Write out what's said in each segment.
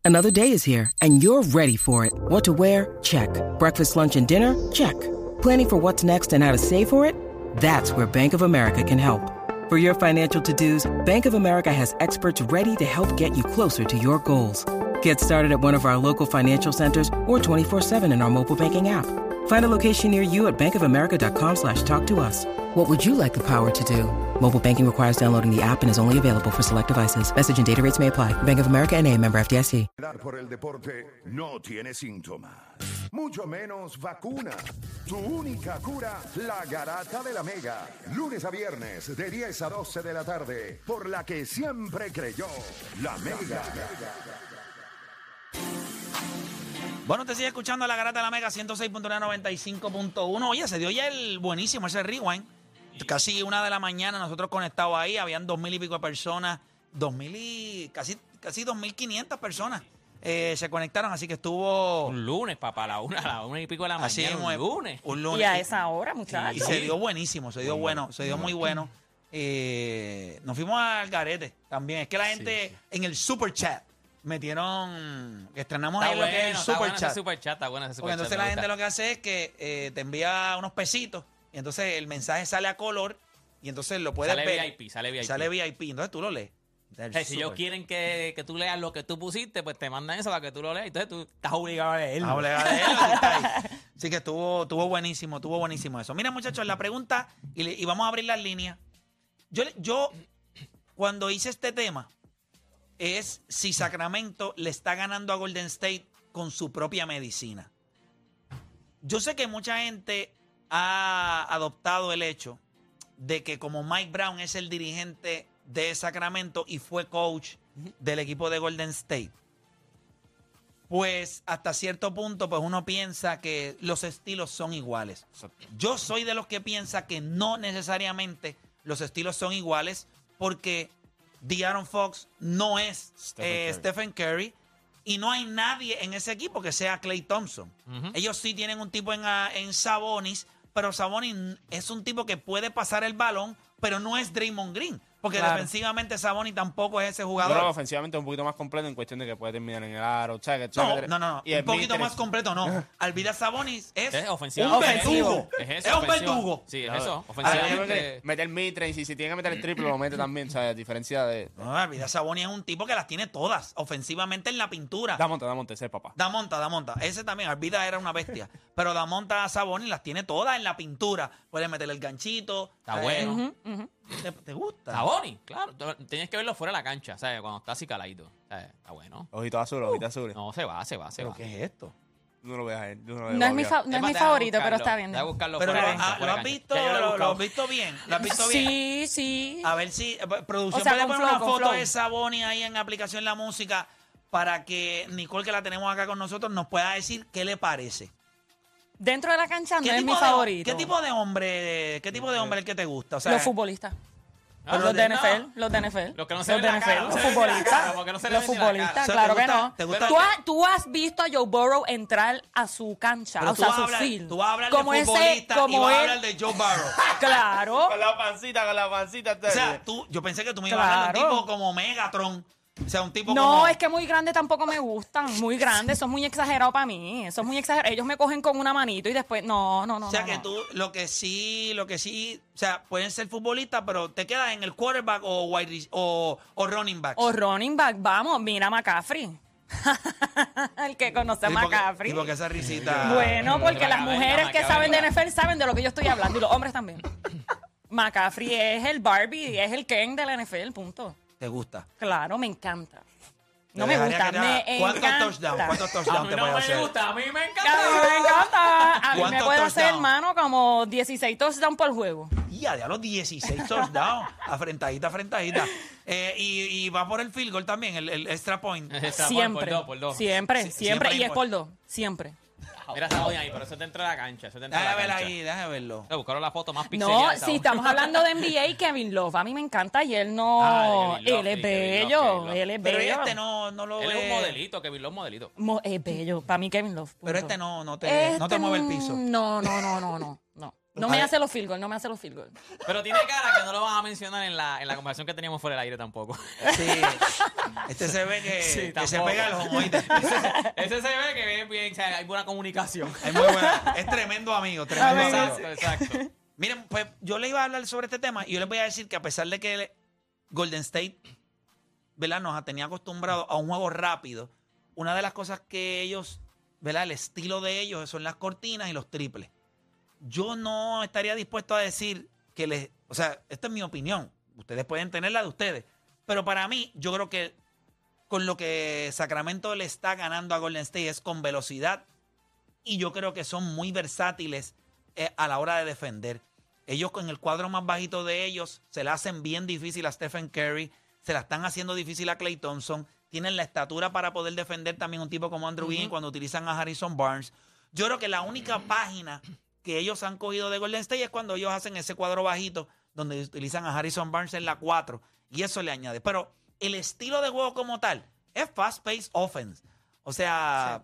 Another day is here, and you're ready for it. What to wear? Check. Breakfast, lunch, and dinner? Check. Planning for what's next and how to save for it? That's where Bank of America can help. For your financial to-dos, Bank of America has experts ready to help get you closer to your goals. Get started at one of our local financial centers or 24/7 in our mobile banking app. Find a location near you at bankofamerica.com/talktous. What would you like the power to do? Mobile banking requires downloading the app and is only available for select devices. Message and data rates may apply. Bank of America N.A., member FDIC. Por el deporte no tiene síntomas, mucho menos vacuna. Tu única cura, la Garata de la Mega. Lunes a viernes de 10 a 12 de la tarde, por la que siempre creyó, la Mega. Bueno, te sigue escuchando la Garata de la Mega 106.95.1. Oye, se dio ya el buenísimo ese rewind. Casi 1 de la mañana, nosotros conectados ahí, habían 2,000 y pico de personas, 2,000 y casi 2,500 personas se conectaron, así que estuvo... Un lunes, papá, a la una y pico de la mañana, Así es, un lunes. Un lunes. Y a esa hora, muchachos. Y se dio buenísimo, se dio bueno, se dio muy bueno. Nos fuimos al garete también. Es que la gente en el super chat metieron, estrenamos ahí lo que es el super chat. Está bueno ese super Porque chat. entonces la gente lo que hace es que te envía unos pesitos y entonces el mensaje sale a color y entonces lo puedes ver. Sale VIP. Sale VIP, entonces tú lo lees. Si ellos quieren que tú leas lo que tú pusiste, pues te mandan eso para que tú lo leas. Entonces tú estás obligado a leerlo. Así que estuvo buenísimo eso. Mira, muchachos, la pregunta, y vamos a abrir las líneas. Yo cuando hice este tema, es si Sacramento le está ganando a Golden State con su propia medicina. Yo sé que mucha gente ha adoptado el hecho de que como Mike Brown es el dirigente de Sacramento y fue coach del equipo de Golden State, pues hasta cierto punto pues uno piensa que los estilos son iguales. Yo soy de los que piensa que no necesariamente los estilos son iguales porque De'Aaron Fox no es Stephen Curry y no hay nadie en ese equipo que sea Klay Thompson. Ellos sí tienen un tipo en Sabonis, pero Sabonis es un tipo que puede pasar el balón, pero no es Draymond Green. Porque defensivamente Sabonis tampoco es ese jugador. Pero ofensivamente es un poquito más completo en cuestión de que puede terminar en el aro. O sea, que no. Un poquito más completo, no. Alvidas Sabonis es ofensivo. Un verdugo. Es un verdugo. Sí, es eso. Ofensivamente meter midrange y si tiene que meter el triple lo mete también. O sea, a diferencia de... No, Alvidas Sabonis es un tipo que las tiene todas. Ofensivamente en la pintura. Damonta, ese es papá. Damonta. Ese también. Alvidas era una bestia. Pero Damonta Sabonis las tiene todas en la pintura. Puede meterle el ganchito. Está bueno. ¿Te gusta? Sabonis, claro. Tienes que verlo fuera de la cancha, ¿sabes? Cuando está así caladito. Está bueno. Ojitos azules. No, se va. ¿Pero qué es esto? No lo veas a él. No es mi favorito, pero está bien. Voy a buscarlo pero fuera de ¿lo cancha. has visto? ¿Lo has visto bien? ¿Lo has visto bien? Sí. A ver si producción O sea, puede con poner una flow, con foto flow. de Sabonis ahí en aplicación La Música para que Nicole, que la tenemos acá con nosotros, nos pueda decir qué le parece. Dentro de la cancha no ¿Qué es mi tipo favorito. ¿Qué tipo de hombre es el que te gusta? O sea, Los futbolistas. Los de NFL. Los que no se ven la cara, Los futbolistas. Los futbolistas, claro que no. ¿Te gusta? Tú has visto a Joe Burrow entrar a su cancha, Pero o sea, a su tú field. vas a hablar como de futbolista y vas a hablar de Joe Burrow. Claro. Con la pancita. O sea, yo pensé que tú me ibas a hablar de un tipo como Megatron. O sea, un tipo No, como... es que muy grande tampoco me gustan. Muy grande, eso es muy exagerado para mí. Eso es muy exagerado. Ellos me cogen con una manito y después... No. O sea, que tú, lo que sí... O sea, pueden ser futbolistas, pero te quedas en el quarterback o running back. O running back, vamos, mira a McCaffrey. El que conoce a McCaffrey. ¿Y por qué esa risita? Bueno, porque las mujeres que saben de McCaffrey. NFL saben de lo que yo estoy hablando y los hombres también. McCaffrey es el Barbie, es el Ken de la NFL, punto. ¿Te gusta? Claro, me encanta. No me gusta, me encanta. ¿Cuántos touchdowns te puede hacer? A mí me A encanta. mí me encanta. A mí me ¿Cuántos puede hacer, touchdowns? hermano, como 16 touchdowns por juego. Y a los 16 touchdowns. Afrentadita. Y va por el field goal también, el extra point. Siempre. Por dos. Siempre. siempre Y es por dos. Siempre. Mira, Sabonis ahí, pero eso es dentro de la cancha. Déjame verlo ahí, déjame verlo. Buscaron la foto más pixelada. No, de si Sabonis. estamos hablando de NBA, Kevin Love, a mí me encanta y él no... Ah, de Kevin Love, él es sí, Kevin bello, Love. él es Pero bello. este no lo Él ve. es un modelito, Kevin Love modelito. Es bello, para mí Kevin Love. punto. Pero este no te mueve el piso. No. No me hace los field goal, no me hace los field goal. Pero tiene cara que no lo van a mencionar en la conversación que teníamos fuera del aire tampoco. Sí. Este se ve que, Sí, que se tampoco. pega el homoide. Ese se ve que viene bien, o sea, hay buena comunicación. Es muy buena. Es tremendo amigo, tremendo amigo. Exacto. Miren, pues yo les iba a hablar sobre este tema y yo les voy a decir que a pesar de que Golden State, ¿verdad?, nos tenía acostumbrados a un juego rápido, una de las cosas que ellos, ¿verdad?, el estilo de ellos son las cortinas y los triples. Yo no estaría dispuesto a decir que o sea, esta es mi opinión. Ustedes pueden tener la de ustedes. Pero para mí, yo creo que con lo que Sacramento le está ganando a Golden State es con velocidad. Y yo creo que son muy versátiles a la hora de defender. Ellos con el cuadro más bajito de ellos se la hacen bien difícil a Stephen Curry. Se la están haciendo difícil a Klay Thompson. Tienen la estatura para poder defender también un tipo como Andrew Wiggins cuando utilizan a Harrison Barnes. Yo creo que la única página que ellos han cogido de Golden State es cuando ellos hacen ese cuadro bajito donde utilizan a Harrison Barnes en la 4 y eso le añade. Pero el estilo de juego como tal es fast-paced offense. O sea,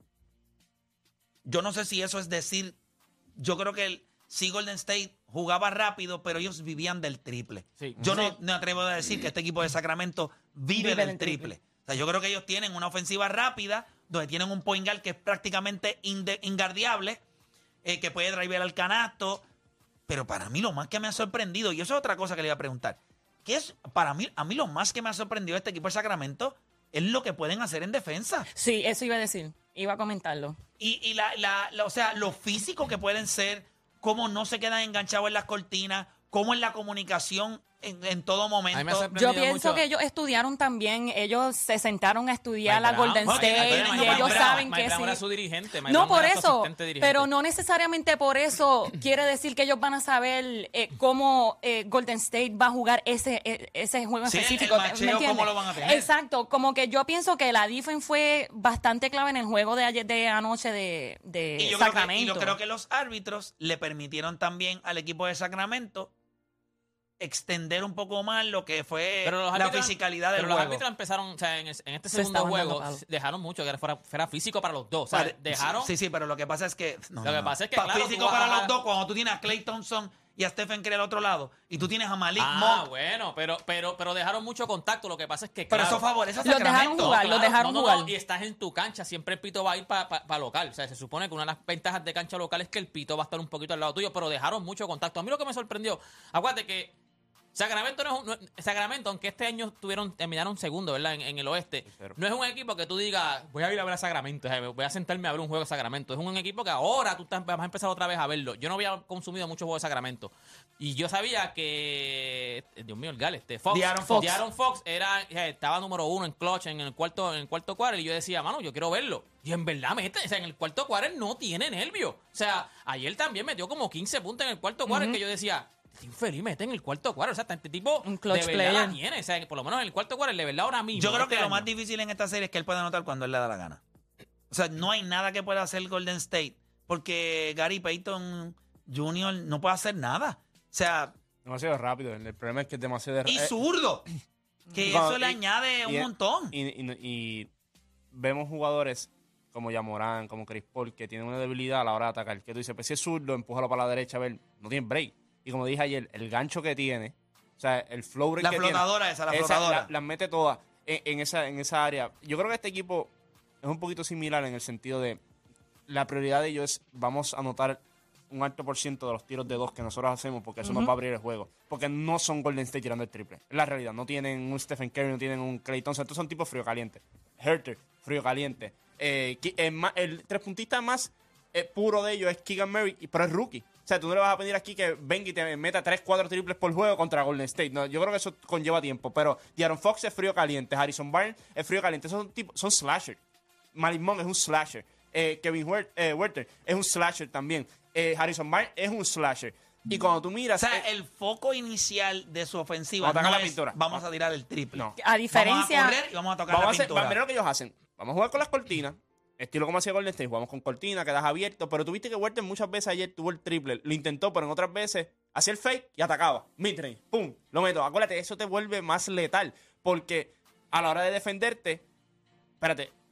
yo no sé si eso es decir, yo creo que sí Golden State jugaba rápido, pero ellos vivían del triple. Sí. Yo no me atrevo a decir que este equipo de Sacramento vive del triple. O sea, yo creo que ellos tienen una ofensiva rápida, donde tienen un point guard que es prácticamente inguardiable, que puede driver al canasto. Pero para mí lo más que me ha sorprendido, y eso es otra cosa que le iba a preguntar, que es para mí, a mí lo más que me ha sorprendido de este equipo de Sacramento es lo que pueden hacer en defensa. Sí, eso iba a decir. Iba a comentarlo. Y o sea, lo físico que pueden ser, cómo no se quedan enganchados en las cortinas, cómo en la comunicación en todo A mí me ha momento. sorprendido Yo pienso mucho. que ellos estudiaron también, ellos se sentaron a estudiar Mike la Brown. Golden Oye, State Mike y Brown, ellos saben Mike que Brown sí. era su dirigente. Mike No, Brown por era su eso, asistente dirigente. pero no necesariamente por eso quiere decir que ellos van a saber cómo Golden State va a jugar ese juego en Sí, el específico. ¿Me macheo, entiendes? cómo lo van a tener. Exacto, como que yo pienso que la defense fue bastante clave en el juego de ayer, de anoche de Y yo Sacramento. creo que los árbitros le permitieron también al equipo de Sacramento extender un poco más lo que fue Pero los la árbitros- fisicalidad del pero los juego. árbitros empezaron, o sea, en este Se segundo estaban dando juego, palos. dejaron mucho que fuera físico para los dos. O sea, Vale, dejaron. Sí, pero lo que pasa es que. Lo que pasa es que, claro, físico tú vas para a- los dos, cuando tú tienes a Klay Thompson y a Stephen Curry al otro lado, y tú tienes a Malik Monk. Bueno, pero dejaron mucho contacto. Lo que pasa es que, Pero claro, eso favorece a Los dejaron Sacramento. jugar, los dejaron jugar. Y estás en tu cancha, siempre el pito va a ir para local. O sea, se supone que una de las ventajas de cancha local es que el pito va a estar un poquito al lado tuyo, pero dejaron mucho contacto. A mí lo que me sorprendió, acuérdate que Sacramento Sacramento, aunque este año terminaron segundo, ¿verdad? En el oeste, no es un equipo que tú digas, voy a ir a ver a Sacramento, o sea, voy a sentarme a ver un juego de Sacramento. Es un equipo que ahora vas a empezar otra vez a verlo. Yo no había consumido muchos juegos de Sacramento. Y yo sabía que, Dios mío, el Gale, Fox. De'Aaron Fox estaba número 1 en clutch en el cuarto quarter, y yo decía, mano, yo quiero verlo. Y en verdad mete, o sea, en el cuarto quarter no tiene nervio. O sea, ayer también metió como 15 puntos en el cuarto quarter, que yo decía, este infeliz mete en el cuarto quarter. O sea, este tipo Un clutch de verdad la player. tiene. O sea, por lo menos en el cuarto quarter, de verdad ahora mismo. Yo creo este que lo año. más difícil en esta serie es que él pueda anotar cuando él le da la gana. O sea, no hay nada que pueda hacer Golden State porque Gary Payton Jr. no puede hacer nada. O sea, Demasiado rápido. El problema es que es demasiado y zurdo. Que Cuando- eso le añade un y- montón. Y vemos jugadores como Yamorán, como Chris Paul, que tienen una debilidad a la hora de atacar. Que tú dices, pues si es zurdo, empújalo para la derecha, a ver, no tiene break. Y como dije ayer, el gancho que tiene, o sea, el flow rate La que flotadora tiene, esa, la flotadora. las mete todas en esa área. Yo creo que este equipo es un poquito similar en el sentido de la prioridad de ellos es vamos a anotar un alto por ciento de los tiros de dos que nosotros hacemos porque eso nos va a abrir el juego. Porque no son Golden State tirando el triple. Es la realidad. No tienen un Stephen Curry, no tienen un Klay Thompson. Estos son tipos frío caliente. Herter, frío caliente. El tres puntista más puro de ellos es Keegan Murray, pero es rookie. O sea, tú no le vas a pedir aquí que venga y te meta 3-4 triples por juego contra Golden State. No, yo creo que eso conlleva tiempo. Pero De'Aaron Fox es frío caliente. Harrison Barnes es frío caliente. Esos son slasher. Malik Monk es un slasher. Kevin Huerter es un slasher también. Harrison Barnes es un slasher. Y cuando tú O miras... sea, el foco inicial de su ofensiva Vamos a no atacar la es pintura. vamos a tirar el triple. No. A diferencia... Vamos a correr y vamos a tocar Vamos a la hacer, pintura. mira lo que ellos hacen. Vamos a jugar con las cortinas. Estilo como hacía Golden State. Jugamos con cortina, quedas abierto. Pero tuviste que Huerter muchas veces ayer tuvo el triple. Lo intentó, pero en otras veces hacía el fake y atacaba. Midrange, pum, lo meto. Acuérdate, eso te vuelve más letal. Porque a la hora de defenderte, espérate,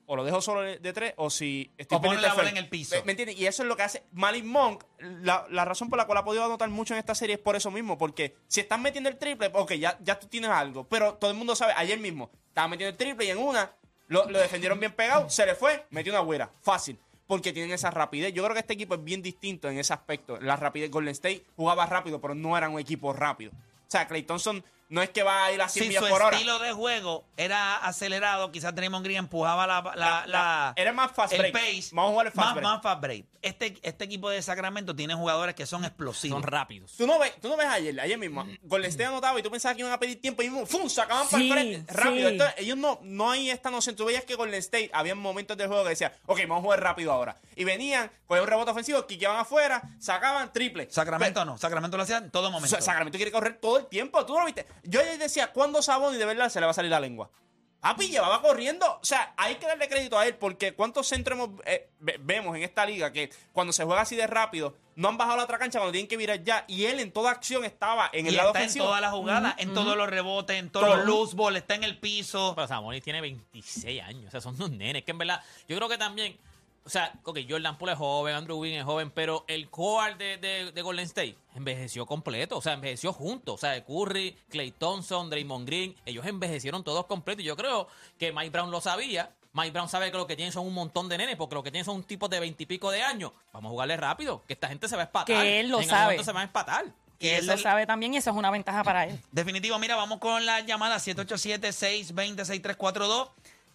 o lo dejo solo de 3 o si estoy O pone pendiente la del bola frame. en el piso. ¿Me entiendes? Y eso es lo que hace Malik Monk. La razón por la cual ha podido anotar mucho en esta serie es por eso mismo. Porque si estás metiendo el triple, ok, ya tú tienes algo. Pero todo el mundo sabe, ayer mismo estaba metiendo el triple y en una lo defendieron bien pegado, se le fue, metió una güera. Fácil. Porque tienen esa rapidez. Yo creo que este equipo es bien distinto en ese aspecto. La rapidez. Golden State jugaba rápido, pero no eran un equipo rápido. O sea, Klay Thompson no es que va a ir a 100 Si millas su por hora. estilo de juego era acelerado, quizás Draymond Green empujaba Era más fast el break. pace. Vamos a jugar el fast break. Más fast break. Este equipo de Sacramento tiene jugadores que son explosivos. Son rápidos. Tú no ves ayer mismo. Golden State anotaba y tú pensabas que iban a pedir tiempo y mismo ¡fum! Sacaban para el Sí, frente rápido. sí. Entonces, ellos no hay esta noción. Tú veías que Golden State había momentos del juego que decían, ok, vamos a jugar rápido ahora. Y venían, cogían un rebote ofensivo, quiqueaban afuera, sacaban triple. Sacramento no. Sacramento lo hacía en todo momento. Sacramento quiere correr todo el tiempo. Tú lo viste. Yo ayer decía, ¿cuándo Sabonis de verdad se le va a salir la lengua? Papi, llevaba corriendo. O sea, hay que darle crédito a él porque cuántos centros vemos en esta liga que cuando se juega así de rápido no han bajado a la otra cancha cuando tienen que virar ya. Y él en toda acción estaba en el Y lado está ofensivo. en todas las jugadas, en todos los rebotes, en todos Todo. los loose balls, está en el piso. Pero Sabonis tiene 26 años. O sea, son unos nenes. Que en verdad, yo creo que también. O sea, ok, Jordan Poole es joven, Andrew Wiggins es joven, pero el core de Golden State envejeció completo. O sea, envejeció juntos. O sea, Curry, Klay Thompson, Draymond Green, ellos envejecieron todos completos. Y yo creo que Mike Brown lo sabía. Mike Brown sabe que lo que tienen son un montón de nenes, porque lo que tienen son un tipo de 20 y pico de años. Vamos a jugarle rápido, que esta gente se va a espatar. Que él lo en algún sabe. momento se va a espatar. Y ese él lo es el- sabe también y eso es una ventaja para él. Definitivo, mira, vamos con la llamada 787-620-6342.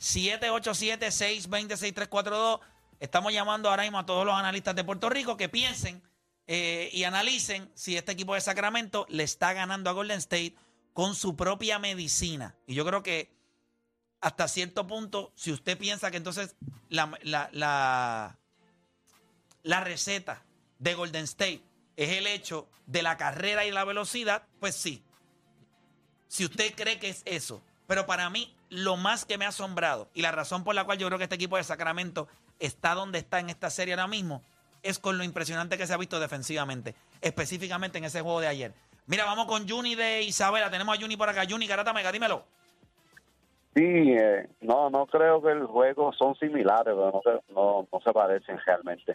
787-620-6342. Estamos llamando ahora mismo a todos los analistas de Puerto Rico que piensen y analicen si este equipo de Sacramento le está ganando a Golden State con su propia medicina. Y yo creo que hasta cierto punto, si usted piensa que entonces la receta de Golden State es el hecho de la carrera y la velocidad, pues sí. Si usted cree que es eso. Pero para mí, lo más que me ha asombrado y la razón por la cual yo creo que este equipo de Sacramento está donde está en esta serie ahora mismo es con lo impresionante que se ha visto defensivamente, específicamente en ese juego de ayer. Mira, vamos con Juni de Isabela. Tenemos a Juni por acá. Juni, Garata Mega, dímelo. Sí, no creo que el juego son similares, pero no se parecen realmente.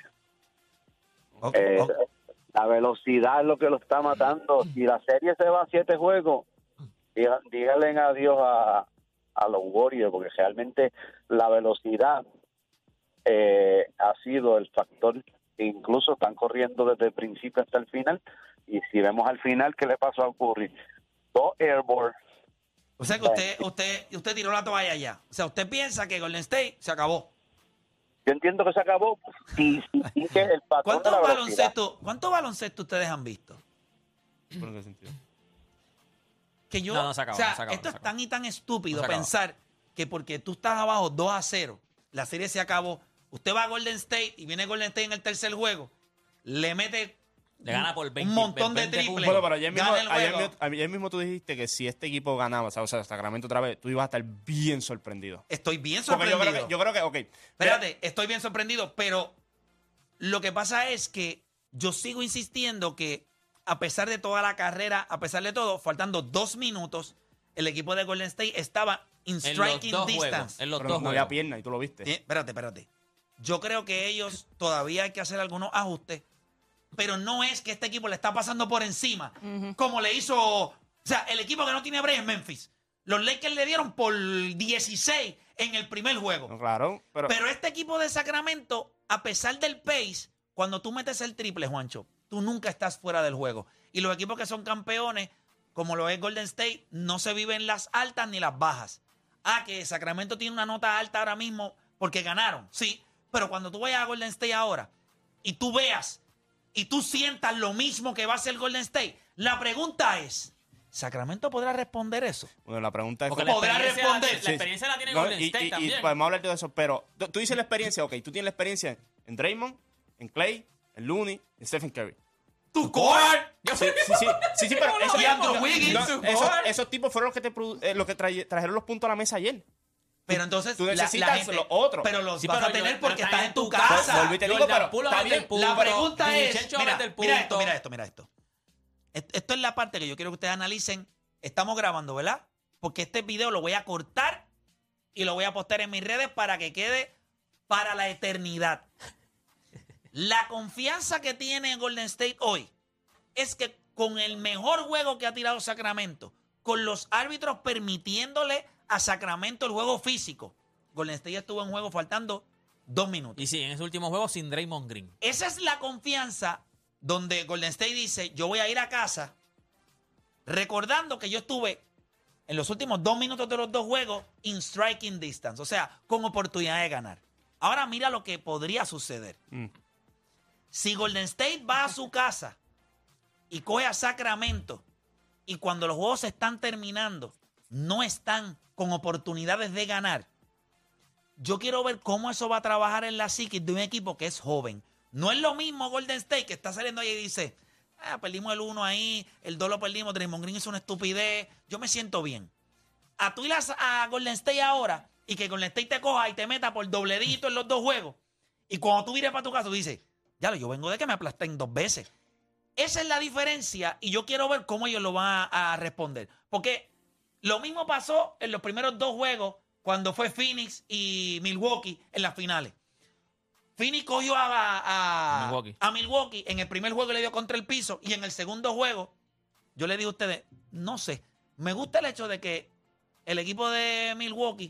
Ok, ok. La velocidad es lo que lo está matando. Si la serie se va a 7 juegos, díganle adiós a los Warriors, porque realmente la velocidad ha sido el factor. Incluso están corriendo desde el principio hasta el final. Y si vemos al final, ¿qué le pasó a Curry? 2 airborne. O sea que usted tiró la toalla ya. O sea, usted piensa que Golden State se acabó. Yo entiendo que se acabó y que el patrón de la velocidad. ¿Cuántos baloncesto ustedes han visto? ¿Por qué sentido? Que yo, No, se acabó, o sea, se acabó, esto se es tan y tan estúpido Se acabó. pensar que porque tú estás abajo 2-0, la serie se acabó. Usted va a Golden State y viene Golden State en el tercer juego, le mete Le gana por 20, un montón de 20 triples. Bueno, pero ayer gana el juego. mismo tú dijiste que si este equipo ganaba, o sea, Sacramento otra vez, tú ibas a estar bien sorprendido. Estoy bien Porque sorprendido. yo creo que, ok. Espérate, estoy bien sorprendido, pero lo que pasa es que yo sigo insistiendo que a pesar de toda la carrera, a pesar de todo, faltando 2 minutos, el equipo de Golden State estaba in En los striking dos distance. juegos. En los Pero dos no había juegos. pierna y tú lo viste. Espérate. Yo creo que ellos todavía hay que hacer algunos ajustes, pero no es que este equipo le está pasando por encima, como le hizo, o sea, el equipo que no tiene break es Memphis. Los Lakers le dieron por 16 en el primer juego. No, claro, Pero este equipo de Sacramento, a pesar del pace, cuando tú metes el triple, Juancho, tú nunca estás fuera del juego. Y los equipos que son campeones, como lo es Golden State, no se viven las altas ni las bajas. Que Sacramento tiene una nota alta ahora mismo porque ganaron, sí. Pero cuando tú vayas a Golden State ahora y tú veas y tú sientas lo mismo que va a hacer Golden State, la pregunta es, ¿Sacramento podrá responder eso? bueno, la pregunta es... Porque ¿Podrá la experiencia responder? La experiencia la tiene No, Golden State y también. podemos hablar de eso, pero tú dices la experiencia, ok, tú tienes la experiencia en Draymond, en Clay, en Looney, en Stephen Curry. ¡Tu core! Sí, pero eso, Y Andrew Wiggins, esos tipos fueron los que trajeron los puntos a la mesa ayer. Pero entonces Tú necesitas los otros. Pero los Sí, vas pero a tener yo- porque pero estás estás en tu en tu casa. casa. Volví y te digo, Jordan pero Poole está mete el bien. punto. La pregunta es, Vincenzo mira, mete el mira punto. esto. Esto es la parte que yo quiero que ustedes analicen. Estamos grabando, ¿verdad? Porque este video lo voy a cortar y lo voy a postear en mis redes para que quede para la eternidad. La confianza que tiene Golden State hoy es que con el mejor juego que ha tirado Sacramento, con los árbitros permitiéndole a Sacramento el juego físico, Golden State estuvo en juego faltando 2 minutos. Y sí, en ese último juego sin Draymond Green. Esa es la confianza donde Golden State dice, yo voy a ir a casa recordando que yo estuve en los últimos 2 minutos de los 2 juegos in striking distance, o sea, con oportunidad de ganar. Ahora mira lo que podría suceder. Si Golden State va a su casa y coge a Sacramento y cuando los juegos se están terminando no están con oportunidades de ganar, yo quiero ver cómo eso va a trabajar en la psiquis de un equipo que es joven. No es lo mismo Golden State que está saliendo ahí y dice, perdimos el 1 ahí, el 2 lo perdimos, Draymond Green hizo una estupidez, yo me siento bien. A tú ir a Golden State ahora y que Golden State te coja y te meta por dobledito en los 2 juegos y cuando tú vienes para tu casa tú dices, ya yo vengo de que me aplasten 2 veces. Esa es la diferencia y yo quiero ver cómo ellos lo van a responder. Porque lo mismo pasó en los primeros 2 juegos cuando fue Phoenix y Milwaukee en las finales. Phoenix cogió a Milwaukee. En el primer juego le dio contra el piso y en el segundo juego yo le digo a ustedes, no sé, me gusta el hecho de que el equipo de Milwaukee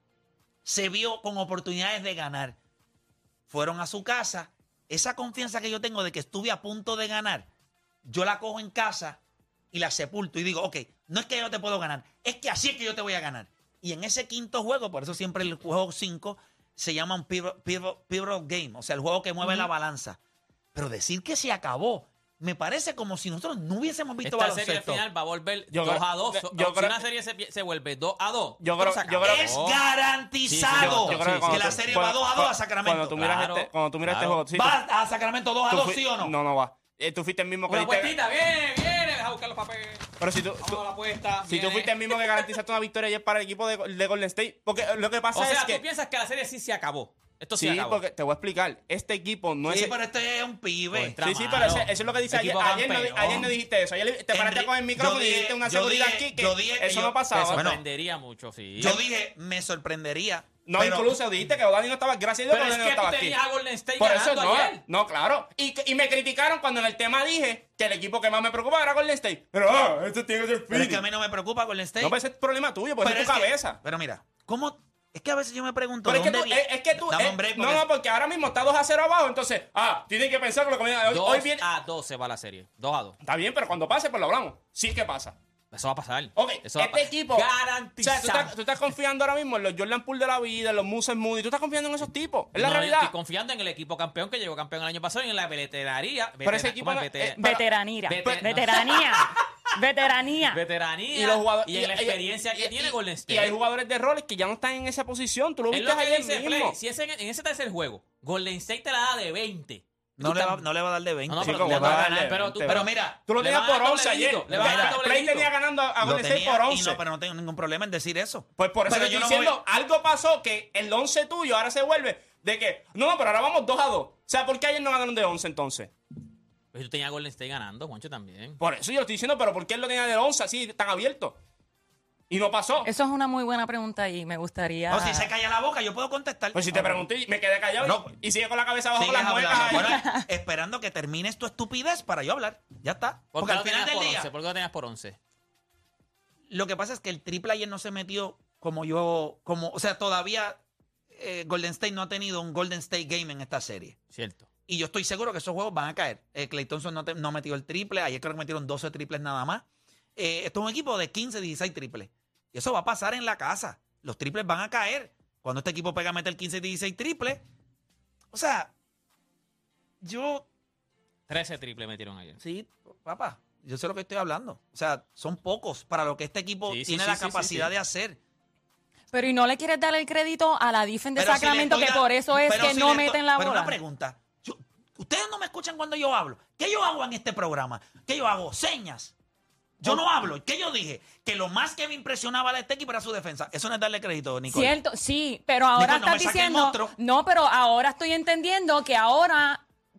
se vio con oportunidades de ganar. Fueron a su casa. Esa confianza que yo tengo de que estuve a punto de ganar, yo la cojo en casa y la sepulto y digo, ok, no es que yo te puedo ganar, es que así es que yo te voy a ganar. Y en ese quinto juego, por eso siempre el juego 5 se llama un pivotal game, o sea, el juego que mueve la balanza. Pero decir que se acabó, me parece como si nosotros no hubiésemos visto Esta baloncesto. serie al final va a volver 2-2. Si una serie se vuelve 2-2, yo creo es garantizado Sí, yo creo que la serie va 2-2 a Sacramento. Cuando tú miras este juego, sí, ¿Va a Sacramento 2-2, sí o no? No va. Tú fuiste el mismo que una diste- apuestita, viene, deja buscar los papeles. Pero si tú, Vamos a la apuesta. si tú fuiste el mismo que garantizaste una victoria ayer para el equipo de Golden State, porque lo que pasa O sea, es que tú piensas que la serie sí se acabó. Esto sí sí, acabó. porque te voy a explicar, este equipo no Sí, es pero este es un pibe. Sí, pero eso es lo que dice ayer. Equipo campeón. Ayer no dijiste eso. Ayer te paraste con el micrófono y dijiste una seguridad aquí que eso no Me pasaba. sorprendería mucho, sí. Yo dije, me sorprendería. No, pero incluso dijiste que O'Dani no estaba. Gracias a Dios Pero que es O'Dani no que estaba tú aquí. tenías a Golden State Por eso ganando ayer. no, claro. Y me criticaron cuando en el tema dije que el equipo que más me preocupaba era Golden State. Pero, esto tiene que ser Pero es que a Phoenix. mí no me preocupa Golden State. No, pues ese es problema tuyo, pues Pero es tu que- cabeza. Pero mira, ¿cómo? Es que a veces yo me pregunto, Pero ¿dónde vi- es que tú. Dame un break, porque- No, porque ahora mismo está 2-0 abajo, entonces, tienen que pensar que lo que viene. Hoy viene. 2-2 se va la serie. 2-2. Está bien, pero cuando pase, pues lo hablamos. Sí que pasa. Eso va a pasar. Ok, Eso va a este pasar. equipo. Garantizado. O sea, tú estás confiando ahora mismo en los Jordan Poole de la vida, en los Moses Moody. Tú estás confiando en esos tipos. Es la No, yo realidad. estoy confiando en el equipo campeón que llegó campeón el año pasado y en la veteraría. Pero ese equipo ¿cómo es? no- Veteranía. Vete- Veteranía. Veteranía. Veteranía Y los jugadores. y en la experiencia que tiene Golden State. Y hay jugadores de roles que ya no están en esa posición. Tú lo Es viste lo que ayer dice mismo. Play. Si en ese tercer juego, Golden State te la da de 20. No le va a dar de 20. No, Sí, pero como le va a va a ganar. darle Pero 20. Pero mira, Tú lo le tenías van a por dar 11 ayer. dobledito, le van a dar Play dobledito. tenía ganando a lo Golden State tenía por y 11. no, pero no tengo ningún problema en decir eso. Pues por eso Pero te yo estoy no diciendo, algo pasó que el 11 tuyo ahora se vuelve de que, no, pero ahora vamos 2-2. O sea, ¿por qué ayer no ganaron de 11 entonces? Pues yo tenía a Golden State ganando, Juancho también. Por eso yo lo estoy diciendo, pero ¿por qué él lo tenía de 11 así, tan abierto? Y no pasó. Eso es una muy buena pregunta y me gustaría. No, si se calla la boca, yo puedo contestar. Pues si te pregunté, me quedé callado No. y sigue con la cabeza abajo con Sigues las muecas. hablando. ahí. Bueno, esperando que termines tu estupidez para yo hablar. Ya está. ¿Por Porque qué al lo final tenías del por día, 11? ¿Por qué lo tenías por 11? lo que pasa es que el triple ayer no se metió o sea, todavía Golden State no ha tenido un Golden State Game en esta serie. Cierto. Y yo estoy seguro que esos juegos van a caer. Klay Thompson no metió el triple. Ayer creo que metieron 12 triples nada más. Esto es un equipo de 15, 16 triples. Y eso va a pasar en la casa. Los triples van a caer. Cuando este equipo pega a meter 15, 16 triples. O sea, yo... 13 triples metieron ayer. Sí, papá, yo sé lo que estoy hablando. O sea, son pocos para lo que este equipo Sí, sí, tiene sí, la sí, capacidad sí. de hacer. Pero ¿y no le quieres dar el crédito a la defensa de Pero si Sacramento le que estoy por eso es pero que si no le meten la Pero bola? una pregunta. Ustedes no me escuchan cuando yo hablo. ¿Qué yo hago en este programa? ¿Qué yo hago? Señas. Yo no hablo. ¿Qué yo dije? Que lo más que me impresionaba de este equipo era su defensa. Eso no es darle crédito, Nicole. Cierto, sí, pero ahora Nicole, no me estás saques diciendo. monstruo. No, pero ahora estoy entendiendo que ahora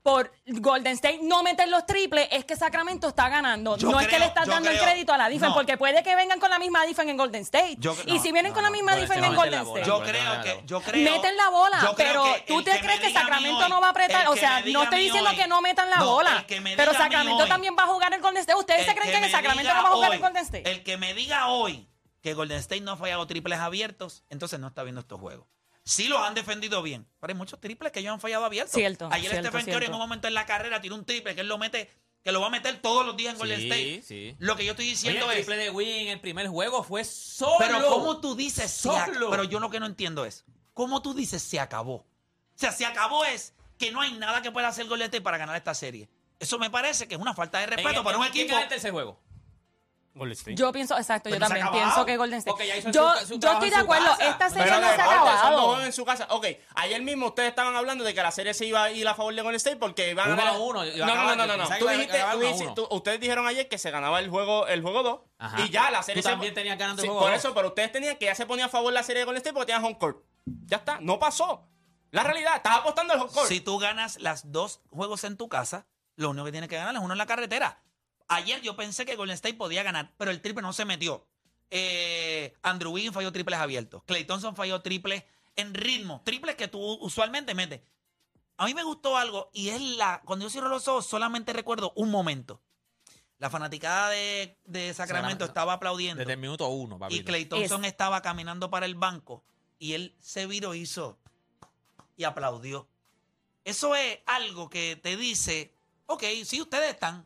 por Golden State no meter los triples es que Sacramento está ganando. Yo No es que creo- le estás yo dando el creo- crédito a la defense, no. porque puede que vengan con la misma defense en Golden State. No, y si vienen con la misma Golden defense State en no Golden mete la bola. State. yo creo Meten la bola, yo creo pero que ¿tú el te que crees me que diga a mí Sacramento hoy, no va a apretar? el O que sea, me diga no a estoy mí diciendo hoy, que no metan la no, bola, el que me pero diga a mí Sacramento hoy, también va a jugar en Golden State. ¿Ustedes se creen que me Sacramento diga no va a jugar hoy- en Golden State? El que me diga hoy que Golden State no ha fallado triples abiertos, entonces no está viendo estos juegos. Sí los han defendido bien, pero hay muchos triples que ellos han fallado abiertos. Cierto, Ayer cierto, Stephen Curry en cierto. un momento en la carrera tiró un triple que él lo mete, que lo va a meter todos los días en Golden State. Sí. Lo que yo estoy Oye, diciendo el es, triple de Win en el primer juego fue solo. pero ¿cómo tú dices Solo. pero yo lo que no entiendo es, ¿cómo tú dices se acabó? O sea, se acabó es que no hay nada que pueda hacer Golden State para ganar esta serie. Eso me parece que es una falta de respeto para un ¿Quién equipo. gana el tercer juego? Golden State. Yo pienso, exacto, yo Pero se ha también acabado. pienso que Golden State. Porque ya hizo Yo su estoy trabajo de en su acuerdo, casa. esta serie Pero no se ha aparte, son dos acabado. juegos en su casa. Ok, ayer mismo ustedes estaban hablando de que la serie se iba a ir a favor de Golden State porque iban a 1 ganar. a 1, iba a No, acabar, no, no, no, no. pensaba que Tú iba a dijiste, acabar tú 1 a dijiste- 1. ustedes dijeron ayer que se ganaba el juego 2 Ajá. y ya la serie Tú también tenías ganando el Sí, juego por 2. eso, pero ustedes tenían que ya se ponía a favor la serie de Golden State porque tenían home court. Ya está, no pasó. La realidad, estás apostando al home court. Si tú ganas las dos juegos en tu casa, lo único que tienes que ganar es uno en la carretera. Ayer yo pensé que Golden State podía ganar, pero el triple no se metió. Andrew Wiggins falló triples abiertos. Klay Thompson falló triples en ritmo. Triples que tú usualmente metes. A mí me gustó algo y es cuando yo cierro los ojos solamente recuerdo un momento. La fanaticada de Sacramento estaba aplaudiendo. Desde el minuto 1, papito. Y Klay Thompson estaba caminando para el banco y él se viró, hizo y aplaudió. Eso es algo que te dice, ok, sí, ustedes están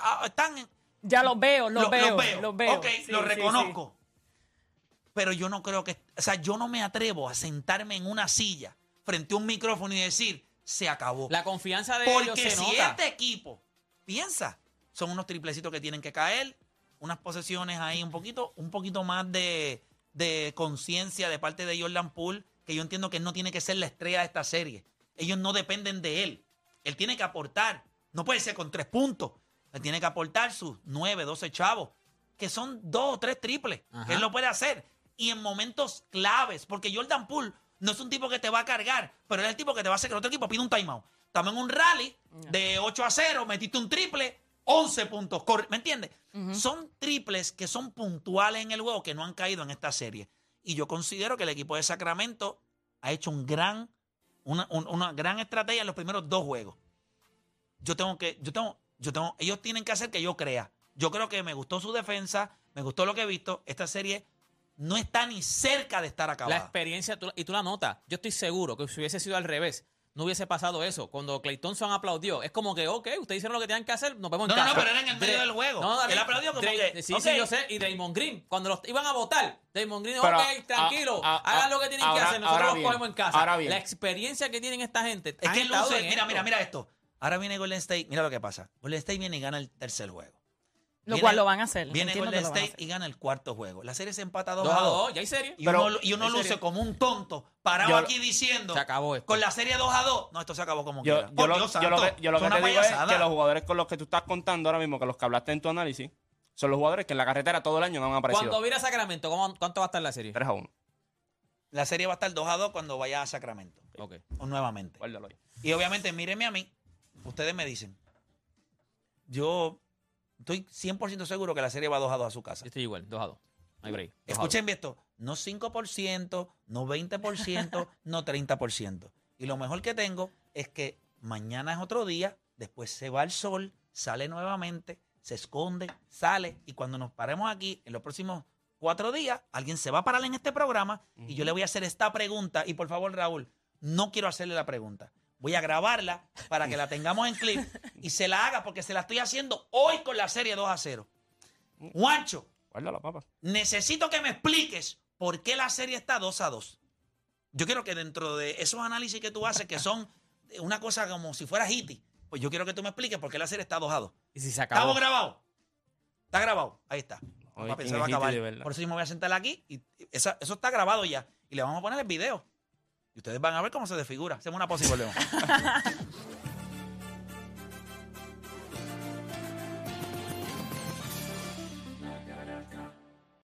Ya los veo, los lo veo. Ok, Sí, lo sí, reconozco. Pero yo no creo que, o sea, yo no me atrevo a sentarme en una silla frente a un micrófono y decir, se acabó. La confianza de ellos Porque se si nota. este equipo piensa, son unos triplecitos que tienen que caer, unas posesiones ahí un poquito más de conciencia de parte de Jordan Poole, que yo entiendo que él no tiene que ser la estrella de esta serie. Ellos no dependen de él. Él tiene que aportar. No puede ser con 3 puntos. Él tiene que aportar sus 9, 12 chavos, que son 2 o 3 triples, que él lo puede hacer. Y en momentos claves, porque Jordan Poole no es un tipo que te va a cargar, pero es el tipo que te va a hacer que el otro equipo pida un timeout. Estamos en un rally de 8-0, metiste un triple, 11 puntos. ¿Me entiendes? Son triples que son puntuales en el juego que no han caído en esta serie. Y yo considero que el equipo de Sacramento ha hecho una gran estrategia en los primeros 2 juegos. Ellos tienen que hacer que yo crea. Yo creo que me gustó su defensa, me gustó lo que he visto. Esta serie no está ni cerca de estar La acabada. experiencia, y tú la notas. Yo estoy seguro que si hubiese sido al revés, no hubiese pasado eso. Cuando Klay Thompson aplaudió, es como que, ok, ustedes hicieron lo que tenían que hacer, nos vemos en No, casa. no, pero era en el medio del juego. David, Él aplaudió como que, Sí, ok. sí, yo sé. Y Draymond Green, cuando los iban a votar, Draymond Green, Pero, ok, tranquilo, hagan lo que tienen que ahora- hacer, nosotros ahora los bien, cogemos en casa. ahora bien. La experiencia que tienen esta gente, Es han que estado luce, en esto. mira esto. Ahora viene Golden State, mira lo que pasa. Golden State viene y gana el tercer juego. Lo cual lo van a hacer. Viene Entiendo Golden que lo van a State hacer. y gana el cuarto juego. La serie se empata 2 a 2-2. 2, ya hay serie. Y Pero- uno ¿en luce serio? como un tonto parado Yo- aquí diciendo Se acabó esto. con la serie 2-2. No, esto se acabó como quiera. Yo Por lo Dios que santo, te es digo una es payasada. que los jugadores con los que tú estás contando ahora mismo, que los que hablaste en tu análisis, son los jugadores que en la carretera todo el año no han aparecido. Cuando viene a Sacramento, ¿cuánto va a estar la serie? 3-1. La serie va a estar 2-2 cuando vaya a Sacramento. Ok. O nuevamente. Guárdalo ahí. Y obviamente, mírenme a mí. Ustedes me dicen. Yo estoy 100% seguro que la serie va 2-2 a su casa. Yo estoy igual, 2 a 2. No hay break. 2 a 2. Escuchen bien esto. No 5%, no 20%, no 30%. Y lo mejor que tengo es que mañana es otro día, después se va el sol, sale nuevamente, se esconde, sale. Y cuando nos paremos aquí, en los próximos 4 días, alguien se va a parar en este programa y yo le voy a hacer esta pregunta. Y por favor, Raúl, no quiero hacerle la pregunta. Voy a grabarla para que la tengamos en clip y se la haga porque se la estoy haciendo hoy con la serie 2-0. Juancho, Guárdalo, papá. necesito que me expliques por qué la serie está 2-2. Yo quiero que dentro de esos análisis que tú haces, que son una cosa como si fuera Hiti, pues yo quiero que tú me expliques por qué la serie está 2-2. Y si se acabó. ¿Estamos grabados? ¿Está grabado? Ahí está. Oye, Papi, ¿quién se va a es Hiti acabar. de verdad? Por eso yo me voy a sentar aquí y eso está grabado ya. Y le vamos a poner el video. Y ustedes van a ver cómo se desfigura. Hacemos una pausa y volvemos.